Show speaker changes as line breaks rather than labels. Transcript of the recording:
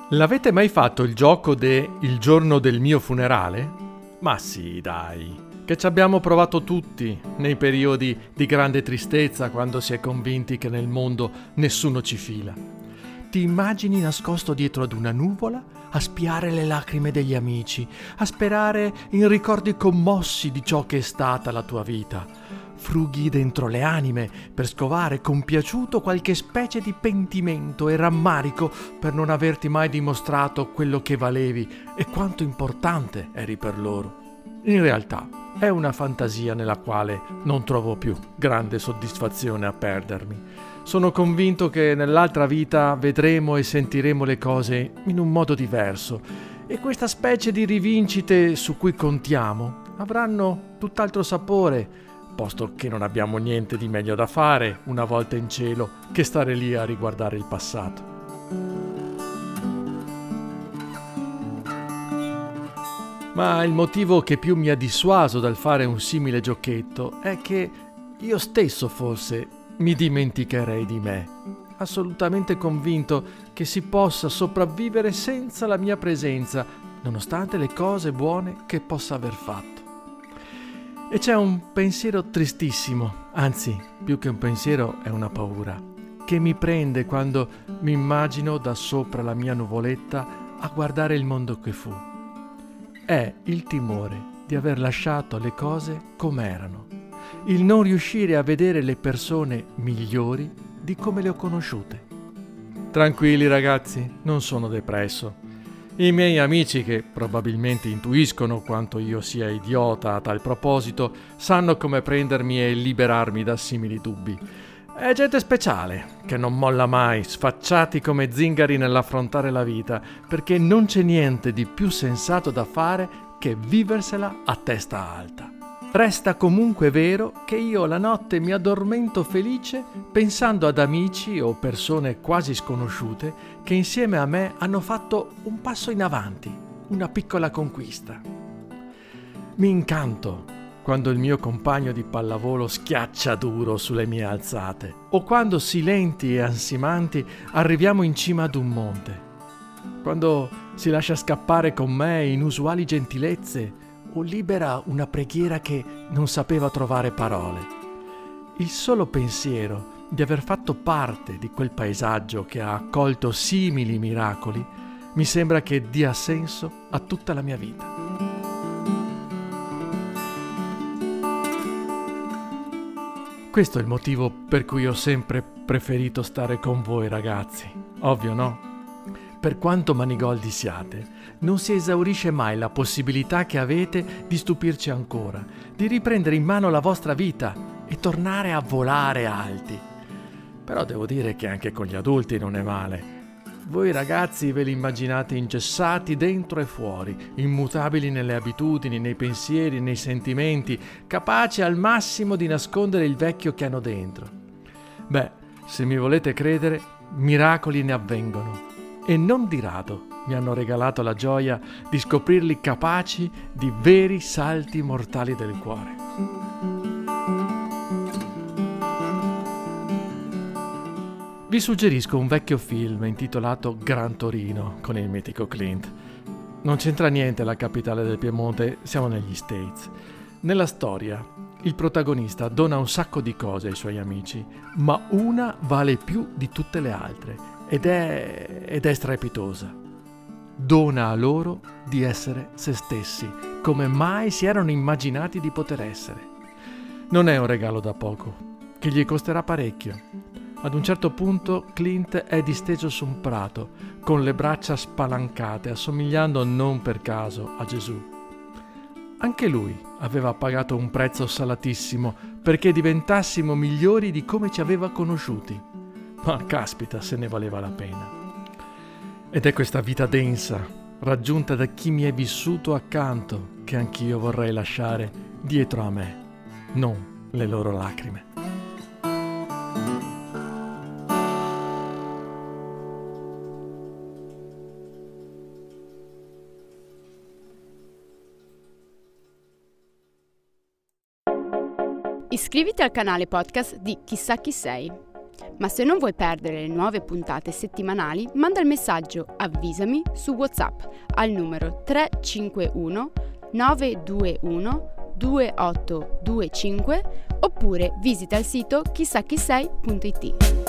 L'avete mai fatto il gioco il giorno del mio funerale? Ma sì, dai, che ci abbiamo provato tutti nei periodi di grande tristezza quando si è convinti che nel mondo nessuno ci fila. Ti immagini nascosto dietro ad una nuvola a spiare le lacrime degli amici, a sperare in ricordi commossi di ciò che è stata la tua vita. Frughi dentro le anime per scovare compiaciuto qualche specie di pentimento e rammarico per non averti mai dimostrato quello che valevi e quanto importante eri per loro. In realtà è una fantasia nella quale non trovo più grande soddisfazione a perdermi. Sono convinto che nell'altra vita vedremo e sentiremo le cose in un modo diverso e questa specie di rivincite su cui contiamo avranno tutt'altro sapore, posto che non abbiamo niente di meglio da fare una volta in cielo che stare lì a riguardare il passato. Ma il motivo che più mi ha dissuaso dal fare un simile giochetto è che io stesso forse mi dimenticherei di me, assolutamente convinto che si possa sopravvivere senza la mia presenza, nonostante le cose buone che possa aver fatto. E c'è un pensiero tristissimo, anzi, più che un pensiero è una paura, che mi prende quando mi immagino da sopra la mia nuvoletta a guardare il mondo che fu. È il timore di aver lasciato le cose com'erano, il non riuscire a vedere le persone migliori di come le ho conosciute. Tranquilli ragazzi, non sono depresso. I miei amici, che probabilmente intuiscono quanto io sia idiota a tal proposito, sanno come prendermi e liberarmi da simili dubbi. È gente speciale, che non molla mai, sfacciati come zingari nell'affrontare la vita, perché non c'è niente di più sensato da fare che viversela a testa alta. Resta comunque vero che io la notte mi addormento felice pensando ad amici o persone quasi sconosciute che insieme a me hanno fatto un passo in avanti, una piccola conquista. Mi incanto quando il mio compagno di pallavolo schiaccia duro sulle mie alzate o quando silenti e ansimanti arriviamo in cima ad un monte, quando si lascia scappare con me inusuali gentilezze o libera una preghiera che non sapeva trovare parole. Il solo pensiero di aver fatto parte di quel paesaggio che ha accolto simili miracoli mi sembra che dia senso a tutta la mia vita. Questo è il motivo per cui ho sempre preferito stare con voi ragazzi. Ovvio, no? Per quanto manigoldi siate, non si esaurisce mai la possibilità che avete di stupirci ancora, di riprendere in mano la vostra vita e tornare a volare alti. Però devo dire che anche con gli adulti non è male. Voi ragazzi ve li immaginate ingessati dentro e fuori, immutabili nelle abitudini, nei pensieri, nei sentimenti, capaci al massimo di nascondere il vecchio che hanno dentro. Beh, se mi volete credere, miracoli ne avvengono. E non di rado mi hanno regalato la gioia di scoprirli capaci di veri salti mortali del cuore. Vi suggerisco un vecchio film intitolato Gran Torino con il mitico Clint. Non c'entra niente la capitale del Piemonte, siamo negli States. Nella storia, il protagonista dona un sacco di cose ai suoi amici, ma una vale più di tutte le altre. Ed è strepitosa. Dona a loro di essere se stessi, come mai si erano immaginati di poter essere. Non è un regalo da poco, che gli costerà parecchio. Ad un certo punto Clint è disteso su un prato, con le braccia spalancate, assomigliando non per caso a Gesù. Anche lui aveva pagato un prezzo salatissimo perché diventassimo migliori di come ci aveva conosciuti. Ma caspita se ne valeva la pena. Ed è questa vita densa, raggiunta da chi mi è vissuto accanto, che anch'io vorrei lasciare dietro a me, non le loro lacrime.
Iscriviti al canale podcast di Chissà chi sei. Ma se non vuoi perdere le nuove puntate settimanali, manda il messaggio Avvisami su WhatsApp al numero 351 921 2825 oppure visita il sito chissachisei.it.